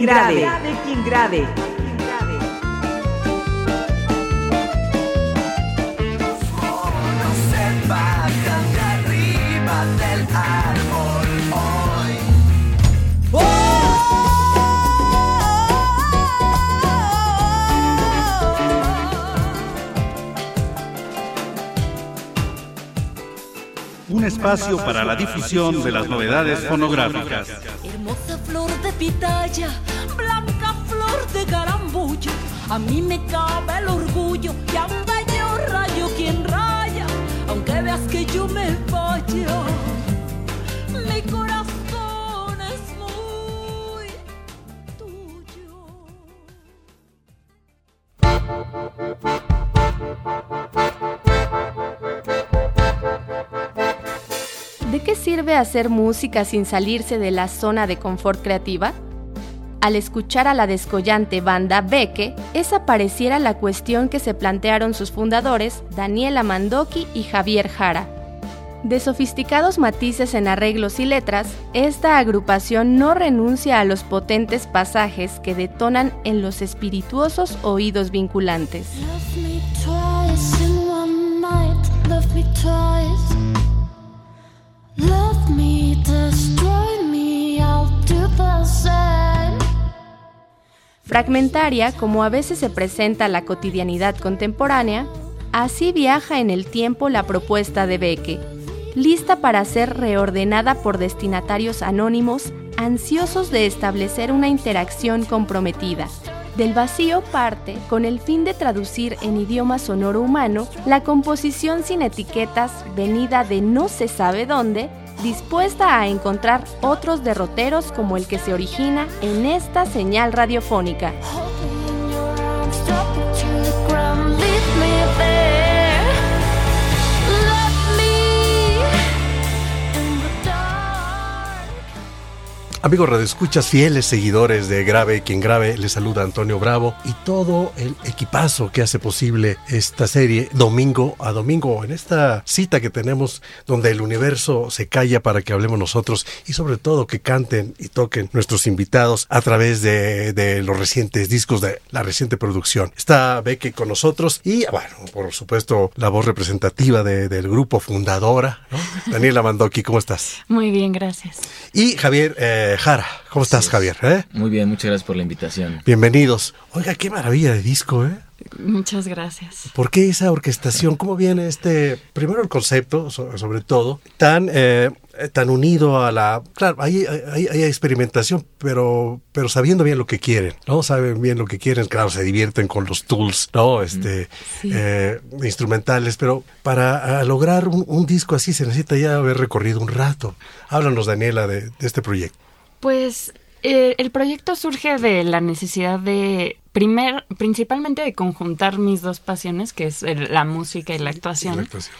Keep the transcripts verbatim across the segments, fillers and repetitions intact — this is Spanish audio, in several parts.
grave, quien grave. Un espacio para la difusión de las novedades fonográficas. Hermosa flor de pitaya, blanca flor de garambullo, a mí me cabe el orgullo y a un bello rayo quien raya, aunque veas que yo me vaya, mi corazón es muy tuyo. ¿De qué sirve hacer música sin salirse de la zona de confort creativa? Al escuchar a la descollante banda Beque, esa pareciera la cuestión que se plantearon sus fundadores, Daniela Mandoki y Javier Jara. De sofisticados matices en arreglos y letras, esta agrupación no renuncia a los potentes pasajes que detonan en los espirituosos oídos vinculantes. Love me twice in one night, love me twice. Love me, destroy me, I'll do the same. Fragmentaria, como a veces se presenta la cotidianidad contemporánea, así viaja en el tiempo la propuesta de Beque, lista para ser reordenada por destinatarios anónimos ansiosos de establecer una interacción comprometida. Del vacío parte con el fin de traducir en idioma sonoro humano la composición sin etiquetas venida de no se sabe dónde, dispuesta a encontrar otros derroteros como el que se origina en esta señal radiofónica. Amigos radioescuchas, fieles seguidores de Grave Quien Grave, les saluda Antonio Bravo y todo el equipazo que hace posible esta serie domingo a domingo, en esta cita que tenemos donde el universo se calla para que hablemos nosotros y sobre todo que canten y toquen nuestros invitados a través de, de los recientes discos, de la reciente producción. Está Beque con nosotros y, bueno, por supuesto, la voz representativa de, del grupo fundadora, ¿no? Daniela Mandoki, ¿cómo estás? Muy bien, gracias. Y Javier eh, Jara, ¿cómo estás, sí, Javier? ¿Eh? Muy bien, muchas gracias por la invitación. Bienvenidos. Oiga, qué maravilla de disco, ¿eh? Muchas gracias. ¿Por qué esa orquestación? ¿Cómo viene este, primero el concepto, so, sobre todo, tan eh, tan unido a la... Claro, hay, hay, hay experimentación, pero pero sabiendo bien lo que quieren, ¿no? Saben bien lo que quieren, claro, se divierten con los tools, ¿no? Este, sí. eh, instrumentales, pero para lograr un, un disco así se necesita ya haber recorrido un rato. Háblanos, Daniela, de, de este proyecto. Pues eh, el proyecto surge de la necesidad de, primer, principalmente de conjuntar mis dos pasiones, que es el, la música y la actuación. La actuación.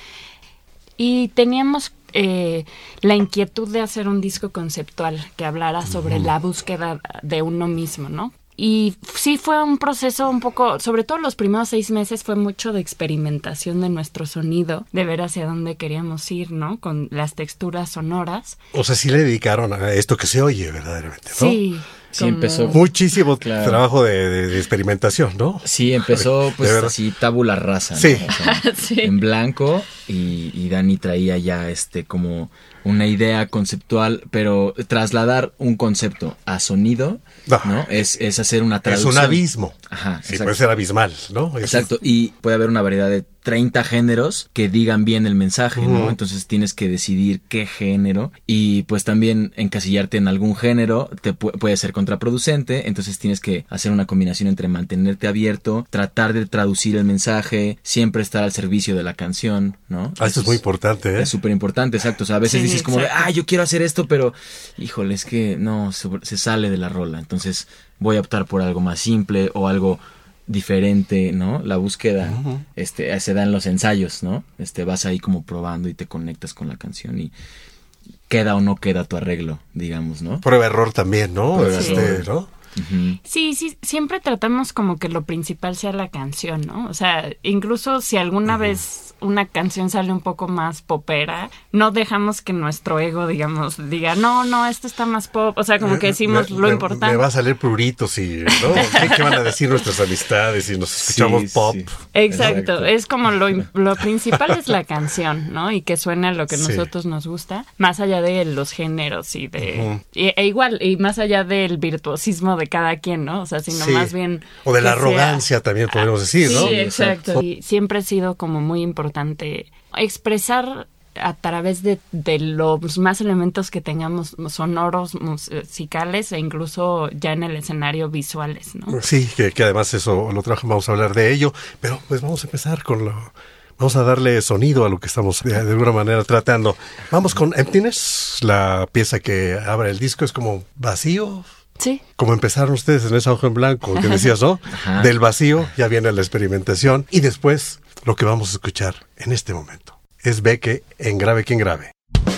Y teníamos eh, la inquietud de hacer un disco conceptual que hablara sobre uh-huh. la búsqueda de uno mismo, ¿no? Y sí fue un proceso un poco, sobre todo los primeros seis meses fue mucho de experimentación de nuestro sonido, de ver hacia dónde queríamos ir, ¿no? Con las texturas sonoras. O sea, sí le dedicaron a esto que se oye verdaderamente, ¿no? Sí. Sí, como... empezó. Muchísimo claro. trabajo de, de, de experimentación, ¿no? Sí, empezó pues así tabula rasa, ¿no? Sí. O sea, sí. En blanco y, y Dani traía ya este como una idea conceptual, pero trasladar un concepto a sonido, no, ¿no? Es, es hacer una traducción. Es un abismo. Ajá. Sí, exacto. Puede ser abismal, ¿no? Exacto. Y puede haber una variedad de treinta géneros que digan bien el mensaje, uh-huh. ¿no? Entonces tienes que decidir qué género y pues también encasillarte en algún género te pu- puede ser contraproducente, entonces tienes que hacer una combinación entre mantenerte abierto, tratar de traducir el mensaje, siempre estar al servicio de la canción, ¿no? Ah, esto es muy importante, ¿eh? Es súper importante, exacto. O sea, a veces sí, dices como, de, ah, yo quiero hacer esto, pero híjole, es que no, se, se sale de la rola, entonces voy a optar por algo más simple o algo diferente, ¿no? La búsqueda uh-huh. este se da en los ensayos, ¿no? Este vas ahí como probando y te conectas con la canción y queda o no queda tu arreglo, digamos, ¿no? Prueba error también, ¿no? Prueba este, error. ¿no? Uh-huh. Sí, sí, siempre tratamos como que lo principal sea la canción, ¿no? O sea, incluso si alguna uh-huh. vez una canción sale un poco más popera, no dejamos que nuestro ego, digamos, diga, no, no, esto está más pop. O sea, como que decimos me, lo me, importante. Me va a salir pruritos y, ¿no? ¿Qué, ¿Qué van a decir nuestras amistades si nos escuchamos sí, pop? Sí. Exacto. Exacto, es como lo, lo principal es la canción, ¿no? Y que suene a lo que sí. nosotros nos gusta, más allá de los géneros y de... Uh-huh. y, e igual, y más allá del virtuosismo de cada quien, ¿no? O sea, sino sí. más bien... O de la arrogancia sea... también podemos decir, ¿no? Sí, exacto. Y siempre ha sido como muy importante expresar a través de, de los más elementos que tengamos sonoros, musicales e incluso ya en el escenario visuales, ¿no? Sí, que, que además eso lo trajo, vamos a hablar de ello, pero pues vamos a empezar con lo... Vamos a darle sonido a lo que estamos de, de alguna manera tratando. Vamos con Emptiness, la pieza que abre el disco, es como vacío. Sí. Como empezaron ustedes en esa hoja en blanco, que decías, ¿no? Ajá. Del vacío ya viene la experimentación y después lo que vamos a escuchar en este momento es Beque en Grave Quien Grave.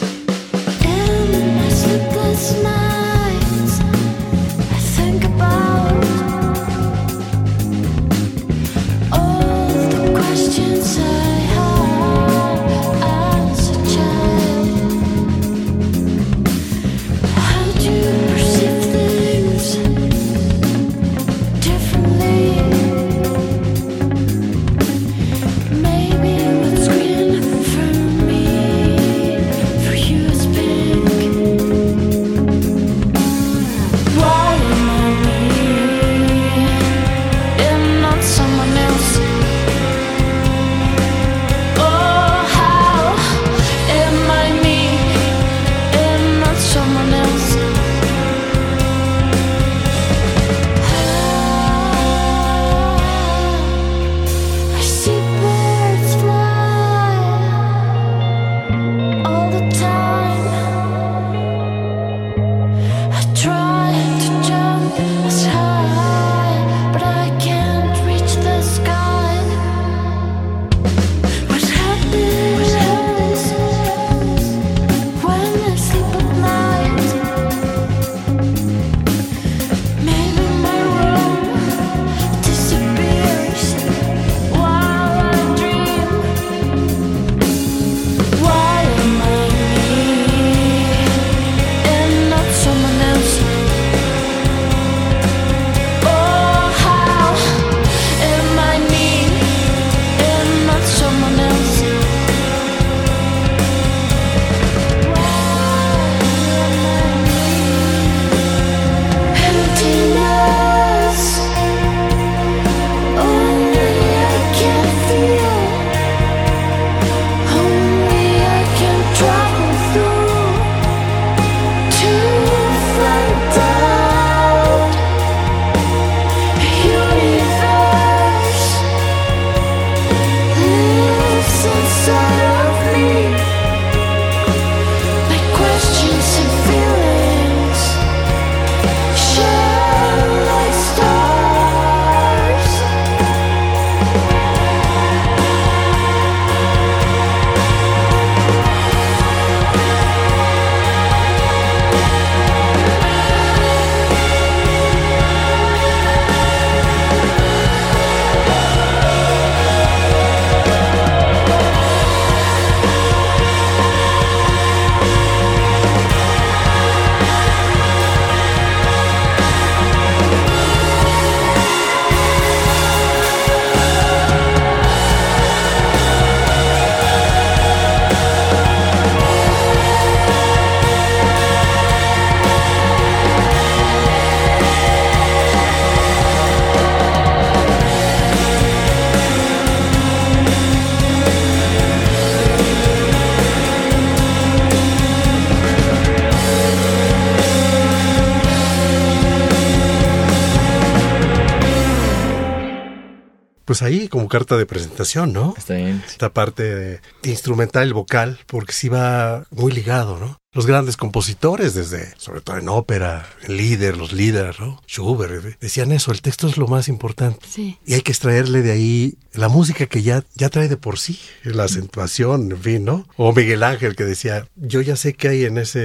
Pues ahí como carta de presentación, ¿no? Está bien. Esta parte de instrumental, vocal, porque sí va muy ligado, ¿no? Los grandes compositores, desde, sobre todo en ópera, en Lieder, los Lieder, ¿no? Schubert, decían eso, el texto es lo más importante. Sí. Y hay que extraerle de ahí la música que ya, ya trae de por sí, la acentuación, en fin, ¿no? O Miguel Ángel que decía, yo ya sé qué hay en ese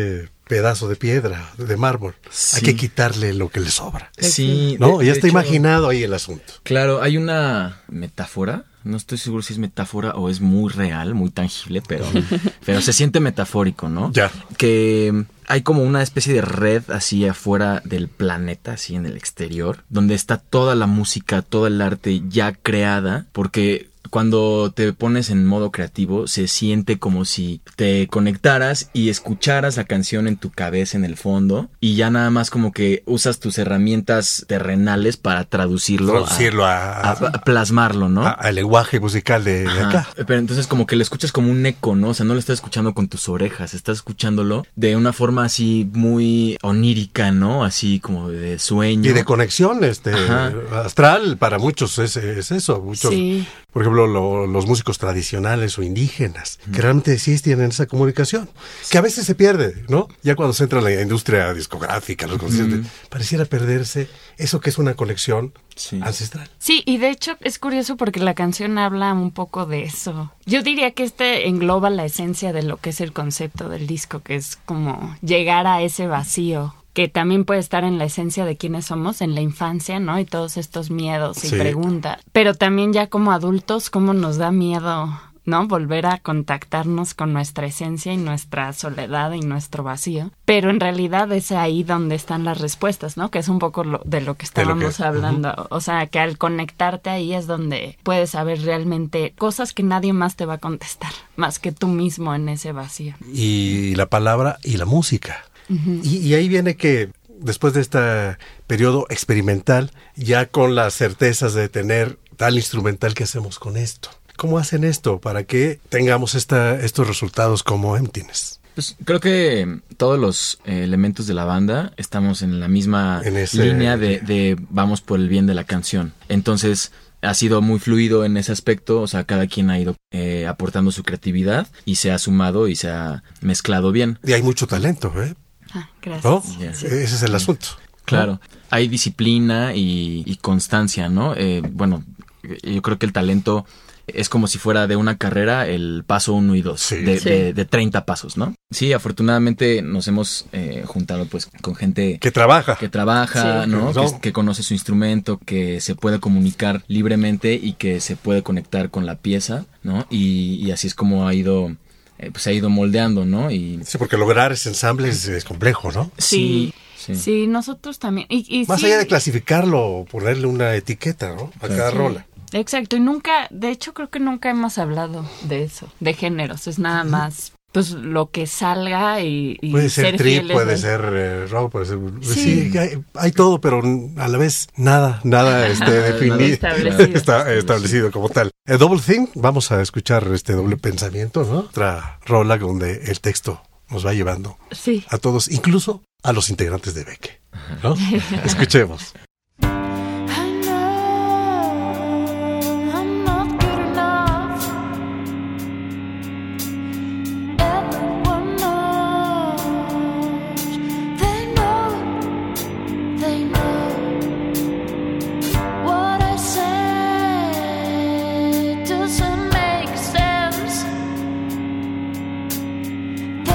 pedazo de piedra, de mármol. Sí. Hay que quitarle lo que le sobra. Sí. ¿No? De, ya de está hecho, imaginado ahí el asunto. Claro, hay una metáfora. No estoy seguro si es metáfora o es muy real, muy tangible, pero, pero se siente metafórico, ¿no? Ya. Que hay como una especie de red así afuera del planeta, así en el exterior, donde está toda la música, todo el arte ya creada, porque cuando te pones en modo creativo se siente como si te conectaras y escucharas la canción en tu cabeza en el fondo y ya nada más como que usas tus herramientas terrenales para traducirlo, traducirlo a, a, a, a plasmarlo, ¿no? Al lenguaje musical de, de acá. Pero entonces como que lo escuchas como un eco, ¿no? O sea, no lo estás escuchando con tus orejas, estás escuchándolo de una forma así muy onírica, ¿no? Así como de sueño. Y de conexión este astral, para muchos es, es eso. Muchos, sí. Por ejemplo, lo, los músicos tradicionales o indígenas, mm. que realmente sí tienen esa comunicación, que a veces se pierde, ¿no? Ya cuando se entra en la industria discográfica, los conciertos, mm. pareciera perderse eso que es una conexión sí. ancestral. Sí, y de hecho es curioso porque la canción habla un poco de eso. Yo diría que este engloba la esencia de lo que es el concepto del disco, que es como llegar a ese vacío, que también puede estar en la esencia de quiénes somos en la infancia, ¿no? Y todos estos miedos y sí. preguntas. Pero también ya como adultos, cómo nos da miedo, ¿no? Volver a contactarnos con nuestra esencia y nuestra soledad y nuestro vacío. Pero en realidad es ahí donde están las respuestas, ¿no? Que es un poco lo, de lo que estábamos lo que, hablando. Uh-huh. O sea, que al conectarte ahí es donde puedes saber realmente cosas que nadie más te va a contestar, más que tú mismo en ese vacío. Y la palabra y la música. Uh-huh. Y, y ahí viene que después de este periodo experimental, ya con las certezas de tener tal instrumental, ¿qué hacemos con esto? ¿Cómo hacen esto para que tengamos esta, estos resultados como Emptiness? Pues creo que todos los eh, elementos de la banda estamos en la misma en ese... línea de, de vamos por el bien de la canción. Entonces ha sido muy fluido en ese aspecto, o sea, cada quien ha ido eh, aportando su creatividad y se ha sumado y se ha mezclado bien. Y hay mucho talento, ¿eh? Ah, gracias. ¿No? Yeah. Sí. Ese es el asunto. Claro, hay disciplina y, y constancia, ¿no? Eh, bueno, yo creo que el talento es como si fuera de una carrera el paso uno y dos, sí. de, sí. de, de treinta pasos, ¿no? Sí, afortunadamente nos hemos eh, juntado pues con gente que trabaja, que trabaja, sí. ¿no? no. Que, que conoce su instrumento, que se puede comunicar libremente y que se puede conectar con la pieza, ¿no? Y, y así es como ha ido, eh, pues ha ido moldeando, ¿no? Y sí, porque lograr ese ensamble es, es complejo, ¿no? Sí. Sí, sí nosotros también. Y, y Más sí. allá de clasificarlo, ponerle una etiqueta, ¿no? A cada sí. rola. Exacto, y nunca, de hecho creo que nunca hemos hablado de eso, de géneros, es nada más pues lo que salga y, y puede ser, ser trip, puede de... ser eh, rock, puede ser sí, sí hay, hay todo, pero a la vez nada, nada este definido, establecido. Está establecido como tal. El Double Thing, vamos a escuchar este doble pensamiento, ¿no? Otra rola donde el texto nos va llevando sí. a todos, incluso a los integrantes de Beque, ¿no? Escuchemos.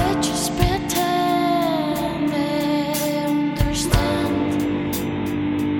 Pretend they understand.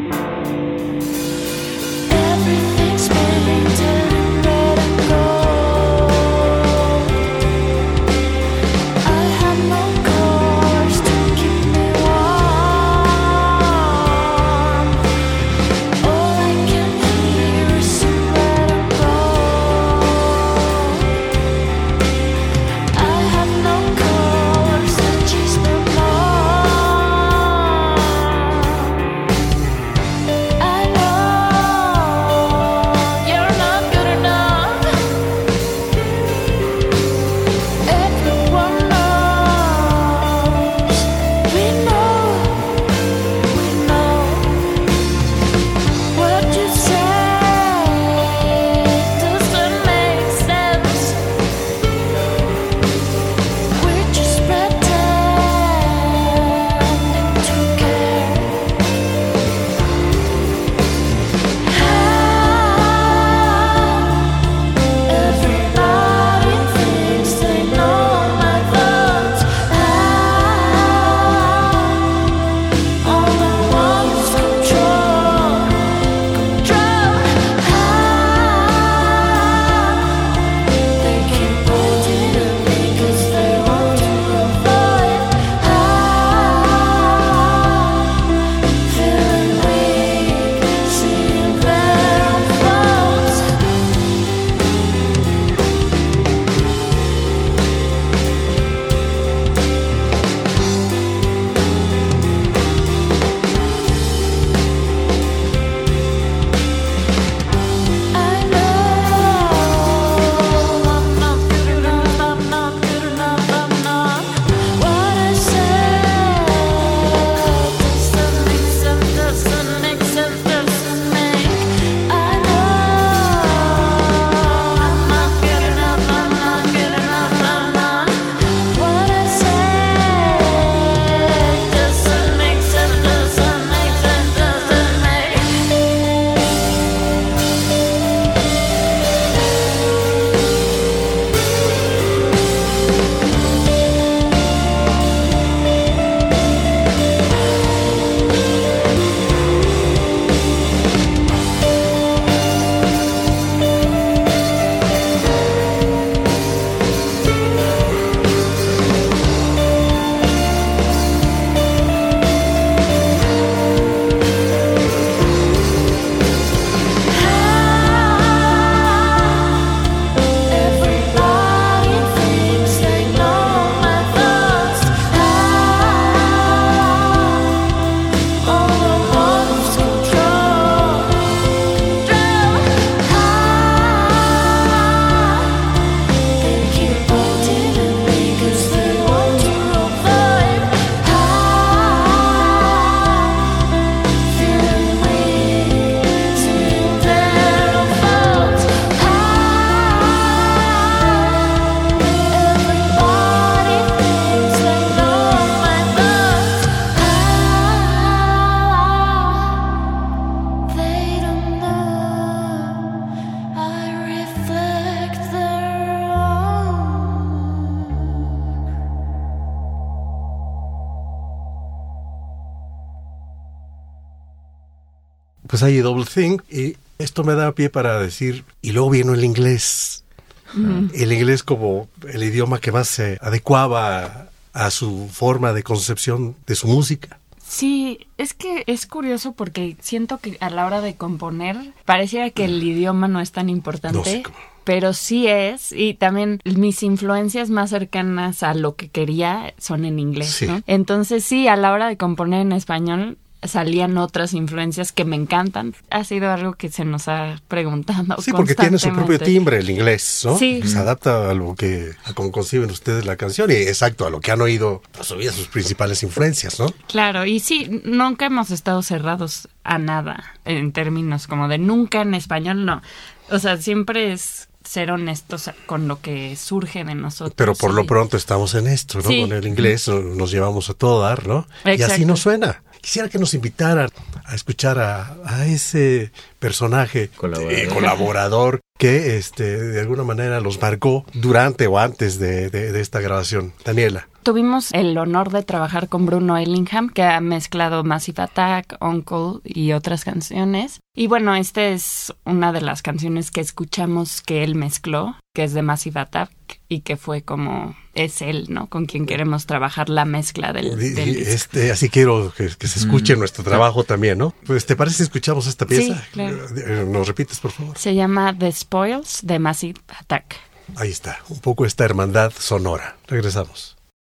después hay Double Thing, y esto me da pie para decir, y luego vino el inglés. Uh-huh. El inglés como el idioma que más se adecuaba a, a su forma de concepción de su música. Sí, es que es curioso porque siento que a la hora de componer pareciera que el idioma no es tan importante, no sé cómo. Pero sí es, y también mis influencias más cercanas a lo que quería son en inglés, sí. ¿no? Entonces sí, a la hora de componer en español salían otras influencias que me encantan. Ha sido algo que se nos ha preguntado sí, porque tiene su propio timbre el inglés, ¿no? Sí. Se adapta a lo que, a cómo conciben ustedes la canción y exacto, a lo que han oído toda su vida, sus principales influencias, ¿no? Claro, y sí, nunca hemos estado cerrados a nada en términos como de nunca en español, no. O sea, siempre es ser honestos con lo que surge de nosotros. Pero por sí. lo pronto estamos en esto, ¿no? Sí. Con el inglés nos llevamos a todo dar, ¿no? Exacto. Y así nos suena. Quisiera que nos invitaran a escuchar a, a ese personaje colaborador, eh, colaborador que este, de alguna manera los marcó durante o antes de, de, de esta grabación. Daniela. Tuvimos el honor de trabajar con Bruno Ellingham, que ha mezclado Massive Attack, Uncle y otras canciones. Y bueno, esta es una de las canciones que escuchamos que él mezcló, que es de Massive Attack, y que fue como, es él, ¿no? Con quien queremos trabajar la mezcla del, del disco. Este, así quiero que, que se escuche mm. nuestro trabajo también, ¿no? Pues, ¿te parece si escuchamos esta pieza? Sí, claro. ¿Nos repites, por favor? Se llama The Spoils de Massive Attack. Ahí está, un poco esta hermandad sonora. Regresamos.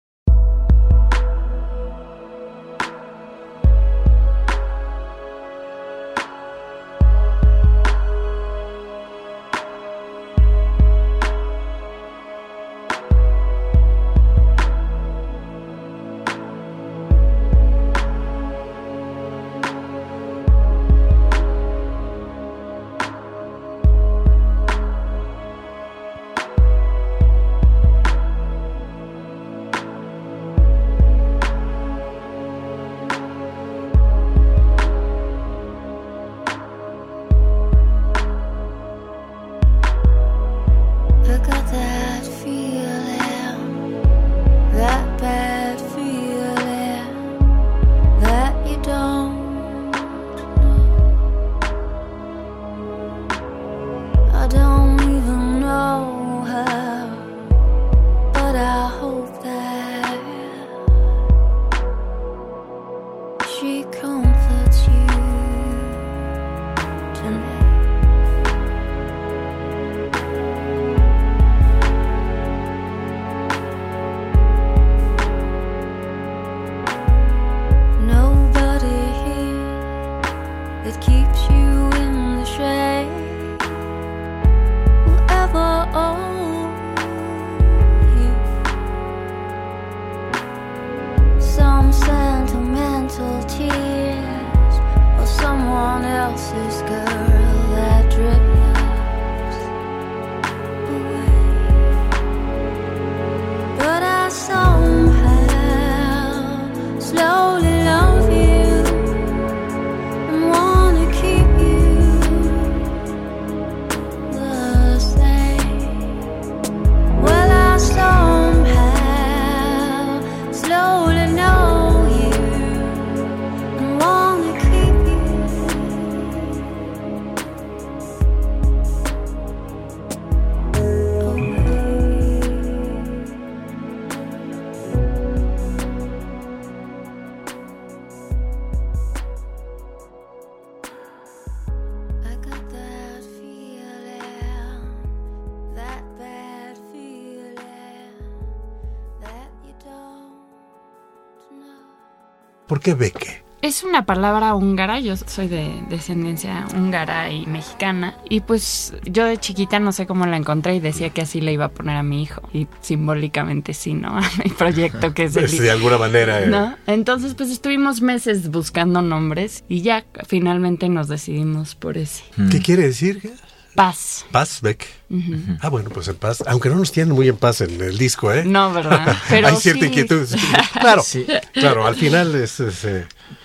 ¿Por qué Beke? Es una palabra húngara, yo soy de descendencia húngara y mexicana, y pues yo de chiquita no sé cómo la encontré y decía que así le iba a poner a mi hijo, y simbólicamente sí, ¿no? A mi proyecto que es el... Pues de alguna manera... Eh. ¿No? Entonces pues estuvimos meses buscando nombres y ya finalmente nos decidimos por ese. ¿Qué quiere decir? Paz. Paz, Beke. Uh-huh. Ah, bueno, pues en paz. Aunque no nos tienen muy en paz en el disco, ¿eh? No, ¿verdad? Pero hay cierta sí. inquietud. Claro, sí. Claro, al final es... es eh,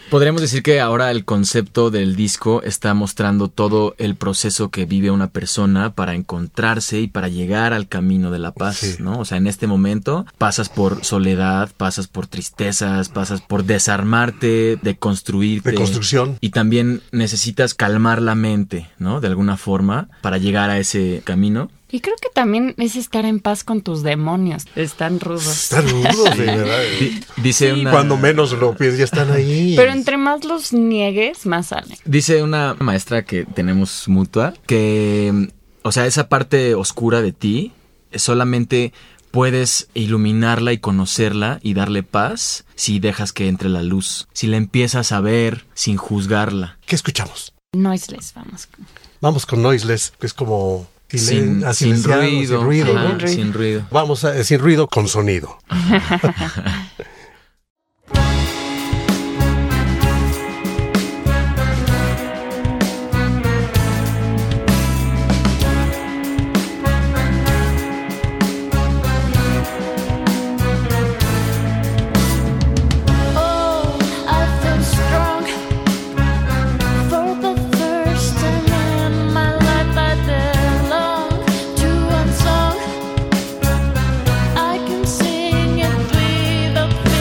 Podríamos decir que ahora el concepto del disco está mostrando todo el proceso que vive una persona para encontrarse y para llegar al camino de la paz, sí. ¿no? O sea, en este momento pasas por soledad, pasas por tristezas, pasas por desarmarte, de construirte. De construcción. Y también necesitas calmar la mente, ¿no? De alguna forma, para llegar a ese camino. Y creo que también es estar en paz con tus demonios. Están rudos. Están rudos, de verdad. D- dice sí. una... Cuando menos lo piensas, ya están ahí. Pero entre más los niegues, más salen. Dice una maestra que tenemos mutua que, o sea, esa parte oscura de ti solamente puedes iluminarla y conocerla y darle paz si dejas que entre la luz. Si la empiezas a ver sin juzgarla. ¿Qué escuchamos? Noiseless, vamos. Vamos con Noiseless, que es como... Sin, ah, sin ruido, sin ruido, ajá, ¿no? sin ruido. Vamos a, sin ruido con sonido. I can sing it through the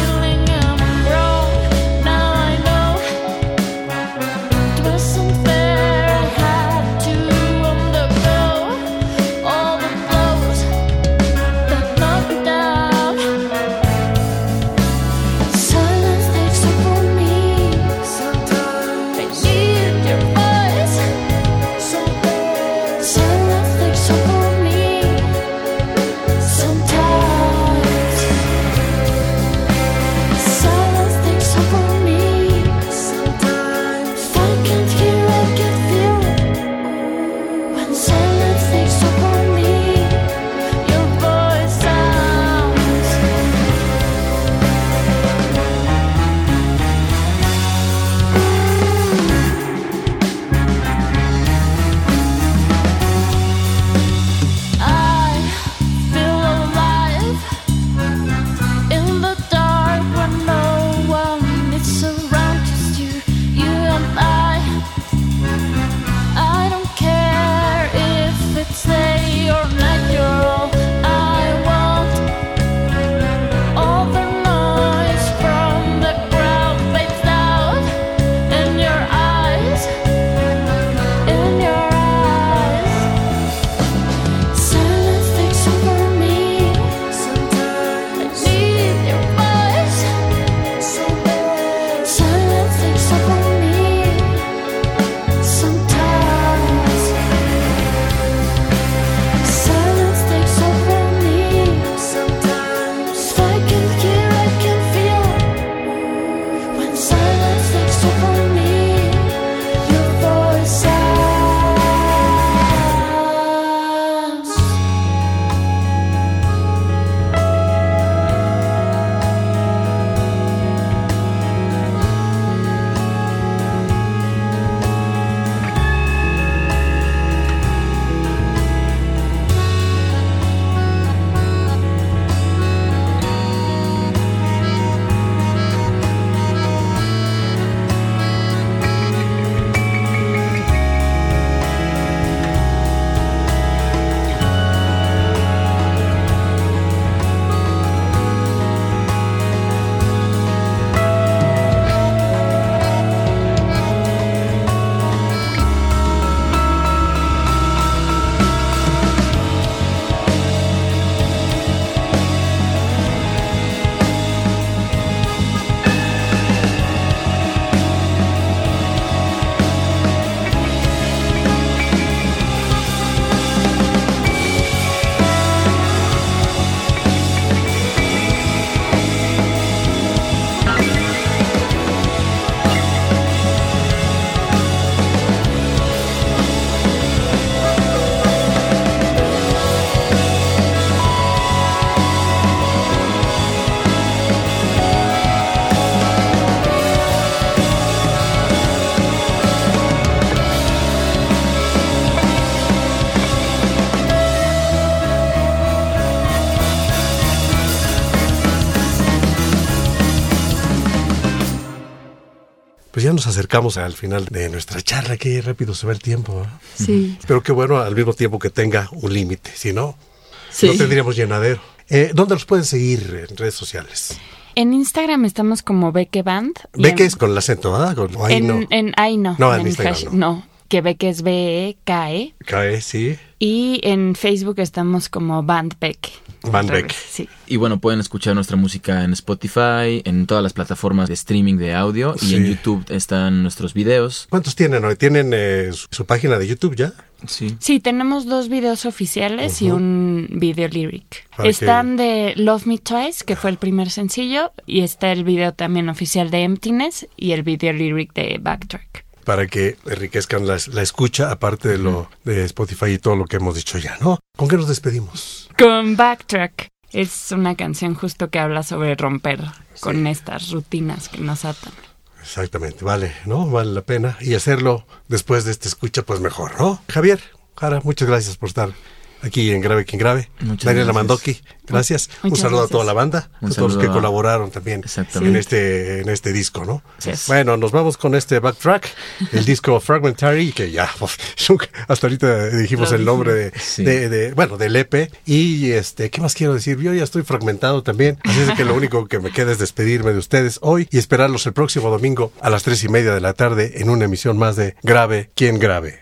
pues ya nos acercamos al final de nuestra charla. Qué rápido se va el tiempo, ¿eh? Sí. Pero qué bueno al mismo tiempo que tenga un límite, si no, Sí. no tendríamos llenadero. Eh, ¿Dónde los pueden seguir en redes sociales? En Instagram estamos como Beque Band. y Beque en- es con el acento, ¿verdad? Con, ahí en, no. en ahí no. No, en el Instagram hash- no. no. Que Beque es B E K E. Cae, sí. Y en Facebook estamos como Band Beque. Band Otra Beque. vez, Sí. Y bueno, pueden escuchar nuestra música en Spotify, en todas las plataformas de streaming de audio Sí. y en YouTube están nuestros videos. ¿Cuántos tienen hoy? ¿Tienen eh, su, su página de YouTube ya? Sí. Sí, tenemos dos videos oficiales y Ujú. un video lyric. Para Están de Love Me Twice, que fue el primer sencillo, y está el video también oficial de Emptiness y el video lyric de Backtrack. Para que enriquezcan la, la escucha, aparte de lo de Spotify y todo lo que hemos dicho ya, ¿no? ¿Con qué nos despedimos? Con Backtrack. Es una canción justo que habla sobre romper con estas rutinas que nos atan. Exactamente, vale, ¿no? Vale la pena. Y hacerlo después de esta escucha, pues mejor, ¿no? Javier, Jara, muchas gracias por estar aquí en Grave Quien Grave. Muchas Daniela gracias. Mandoki, gracias. Un Muchas saludo gracias. a toda la banda, Un a todos los que saludo a- colaboraron también en Exactamente. este, en este disco, ¿no? Sí. Bueno, nos vamos con este backtrack, el disco Fragmentary, que ya, uf, hasta ahorita dijimos Lo el nombre de, Sí. de, de- bueno, del E P. Y este, ¿qué más quiero decir? Yo ya estoy fragmentado también, así es que lo único que me queda es despedirme de ustedes hoy y esperarlos el próximo domingo a las tres y media de la tarde en una emisión más de Grave Quien Grave.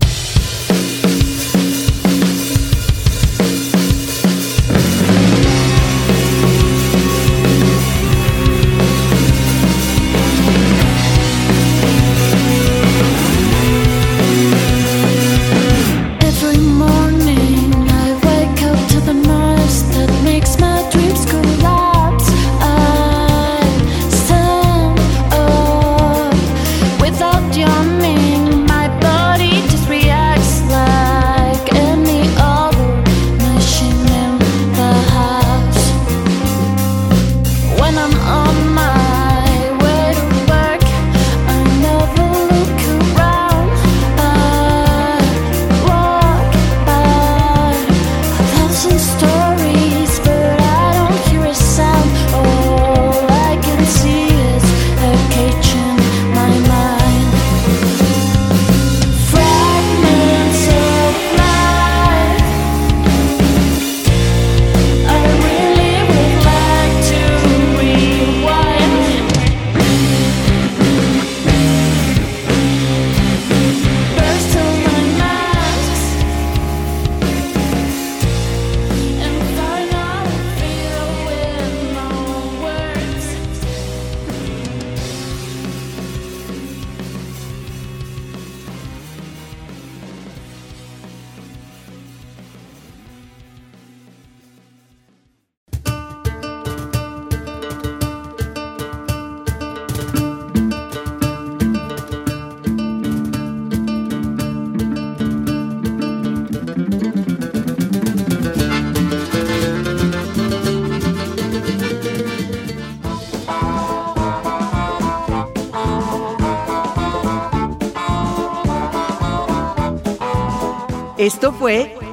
Every morning I wake up to the noise that makes my dreams collapse. I stand up without yawning. My body just reacts like any other machine in the house. When I'm on my way to work, I never look around. I walk by a thousand stories, but I don't hear a sound. All I can see is a cage in my mind. Fragments of life. I really would like to rewind. Burst all my masks and find out I feel with no words. Esto fue